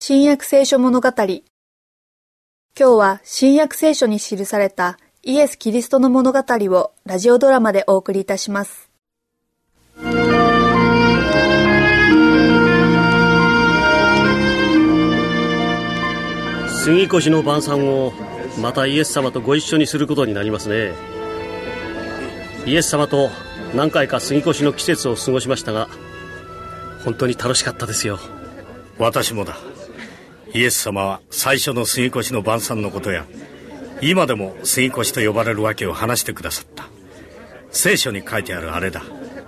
新約聖書物語。今日は新約聖書に記されたイエス・キリストの物語をラジオドラマでお送りいたします。 杉越の晩餐をまたイエス様とご一緒にすることになりますね。イエス様と何回か杉越の季節を過ごしましたが、本当に楽しかったですよ。 私もだ。イエス様は最初の杉越の晩餐のことや、今でも杉越と呼ばれるわけを話してくださった。聖書に書いてあるあれだ。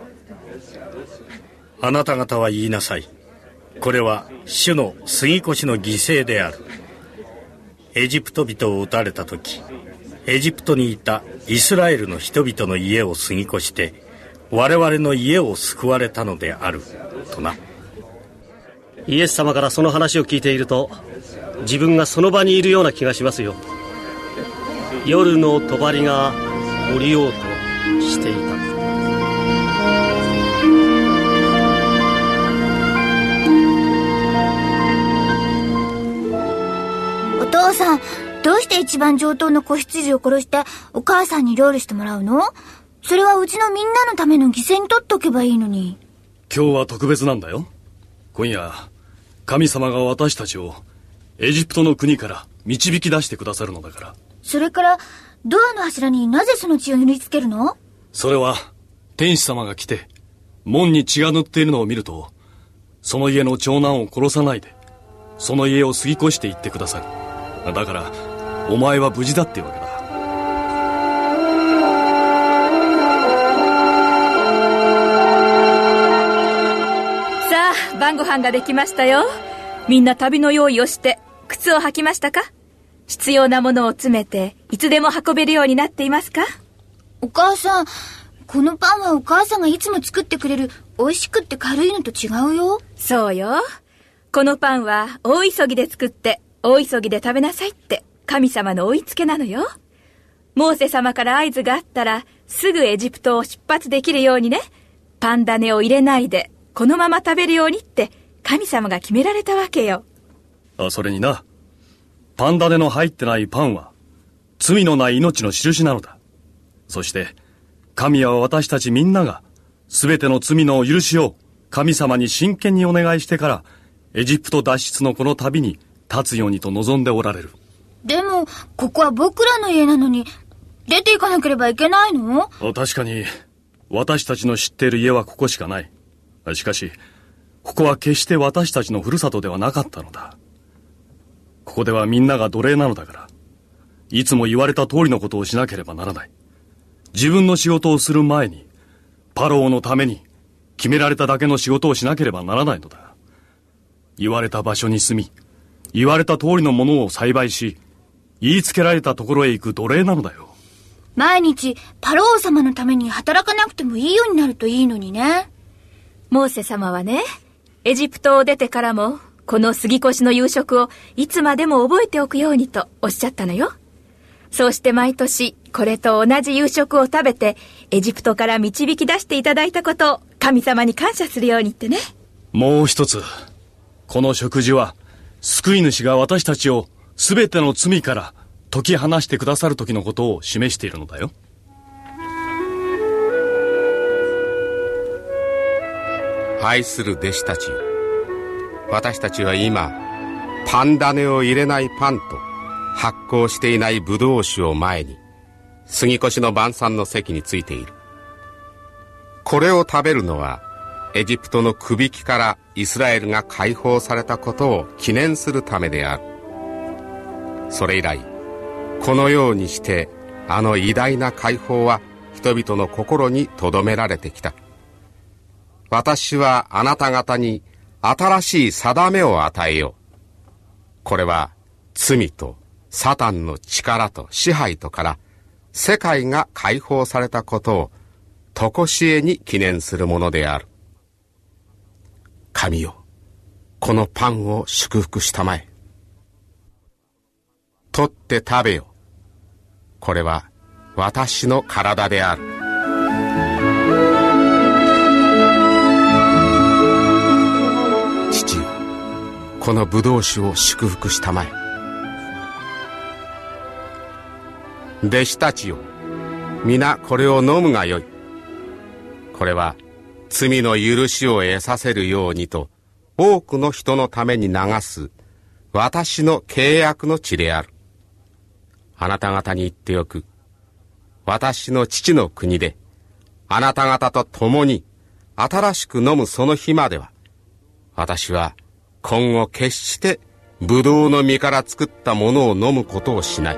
あなた方は言いなさい。これは主の杉越の犠牲である。エジプト人を撃たれた時、エジプトにいたイスラエルの人々の家を過ぎ越して我々の家を救われたのであるとな。 イエス様からその話を聞いていると、自分がその場にいるような気がしますよ。夜の帳が降りようとしていた。 お父さん、どうして一番上等の子羊を殺してお母さんに料理してもらうの？それはうちのみんなのための犠牲に取っておけばいいのに。 今日は特別なんだよ。今夜神様が私たちをエジプトの国から導き出してくださるのだから。 それからドアの柱になぜその血を塗りつけるの？それは天使様が来て門に血が塗っているのを見ると、その家の長男を殺さないでその家を過ぎ越していってくださる。だからお前は無事だっていうわけだ。 さあ、晩ご飯ができましたよ。みんな旅の用意をして靴を履きましたか？必要なものを詰めていつでも運べるようになっていますか？ お母さん、このパンはお母さんがいつも作ってくれる美味しくって軽いのと違うよ。 そうよ。このパンは大急ぎで作って大急ぎで食べなさいって神様の追いつけなのよ。モーセ様から合図があったらすぐエジプトを出発できるようにね。パン種を入れないでこのまま食べるようにって神様が決められたわけよ。 それにな、パン種の入ってないパンは罪のない命の印なのだ。そして神は私たちみんながすべての罪の許しを神様に真剣にお願いしてからエジプト脱出のこの旅に立つようにと望んでおられる。 でもここは僕らの家なのに出て行かなければいけないの？ 確かに私たちの知っている家はここしかない。しかしここは決して私たちのふるさとではなかったのだ。ここではみんなが奴隷なのだから、いつも言われた通りのことをしなければならない。自分の仕事をする前にパローのために決められただけの仕事をしなければならないのだ。言われた場所に住み、言われた通りのものを栽培し、言いつけられたところへ行く奴隷なのだよ。 毎日パロー様のために働かなくてもいいようになるといいのにね。 モーセ様はね、エジプトを出てからもこの杉越の夕食をいつまでも覚えておくようにとおっしゃったのよ。そうして毎年これと同じ夕食を食べてエジプトから導き出していただいたことを神様に感謝するようにってね。 もう一つ、この食事は救い主が私たちをすべての罪から解き放してくださる時のことを示しているのだよ。 愛する弟子たちよ、私たちは今パン種を入れないパンと発酵していないブドウ酒を前に杉越の晩餐の席についている。これを食べるのはエジプトのくびきからイスラエルが解放されたことを記念するためである。それ以来このようにしてあの偉大な解放は人々の心に留められてきた。私はあなた方に新しい定めを与えよう。これは罪とサタンの力と支配とから世界が解放されたことを常しえに記念するものである。神よ、このパンを祝福したまえ。取って食べよ。これは私の体である。父よ、 このブドウ酒を祝福したまえ。弟子たちよ、皆これを飲むがよい。これは罪の許しを得させるようにと多くの人のために流す私の契約の血である。あなた方に言っておく。私の父の国であなた方と共に新しく飲むその日までは、私は今後決してブドウの実から作ったものを飲むことをしない。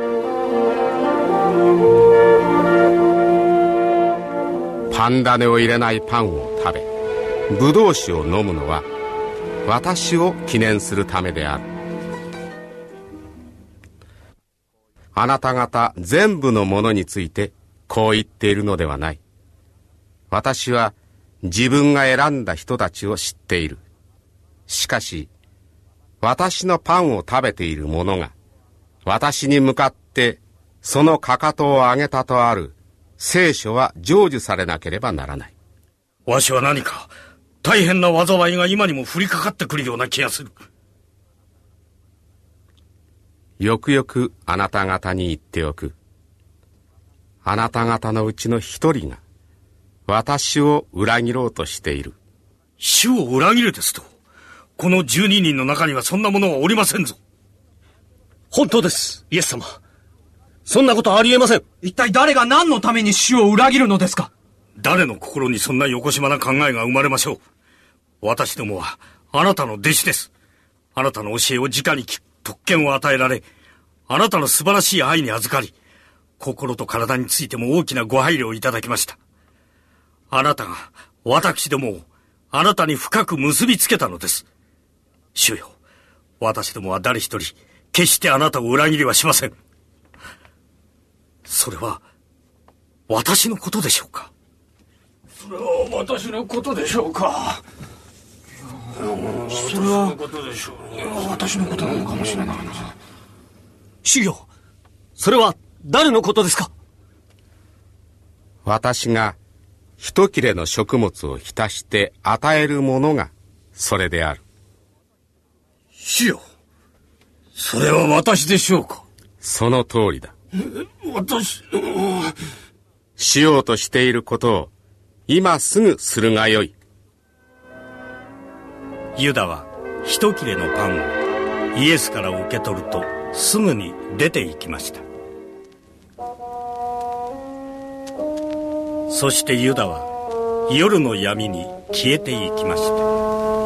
パン種を入れないパンを食べ、ブドウ酒を飲むのは私を記念するためである。あなた方全部のものについてこう言っているのではない。私は自分が選んだ人たちを知っている。しかし私のパンを食べている者が私に向かってそのかかとを上げたとある聖書は成就されなければならない。 わしは何か大変な災いが今にも降りかかってくるような気がする。 よくよくあなた方に言っておく。あなた方のうちの一人が私を裏切ろうとしている。 主を裏切るですと？この12人の中にはそんなものはおりませんぞ。 本当です、イエス様。そんなことありえません。 一体誰が何のために主を裏切るのですか？ 誰の心にそんなよこしまな考えが生まれましょう。私どもはあなたの弟子です。あなたの教えを直に聞く特権を与えられ、あなたの素晴らしい愛に預かり、心と体についても大きなご配慮をいただきました。あなたが私どもをあなたに深く結びつけたのです。主よ、私どもは誰一人決してあなたを裏切りはしません。それは私のことでしょうか？ それは私のことでしょうか？それは私のことなのかもしれないな。 主よ、それは誰のことですか？ 私が一切れの食物を浸して与えるものがそれである。 主よ、それは私でしょうか？ その通りだ。 私しようとしていることを今すぐするがよい。 ユダは一切れのパンをイエスから受け取るとすぐに出て行きました。そしてユダは夜の闇に消えていきました。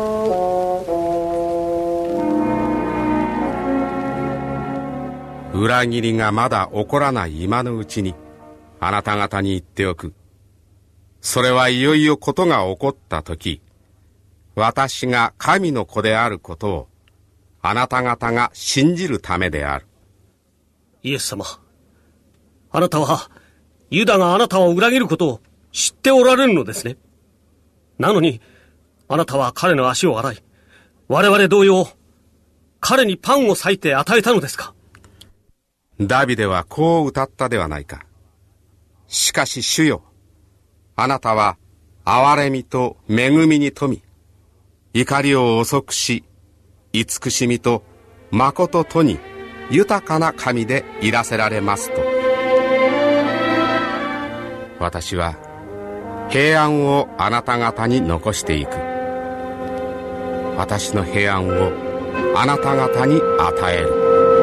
裏切りがまだ起こらない今のうちにあなた方に言っておく。それはいよいよことが起こったとき、私が神の子であることをあなた方が信じるためである。 イエス様、あなたはユダがあなたを裏切ることを知っておられるのですね。なのにあなたは彼の足を洗い、我々同様彼にパンを裂いて与えたのですか？ ダビデはこう歌ったではないか。しかし主よ、あなたは憐れみと恵みに富み、怒りを遅くし、慈しみと誠とに豊かな神でいらせられますと。私は平安をあなた方に残していく。私の平安をあなた方に与える。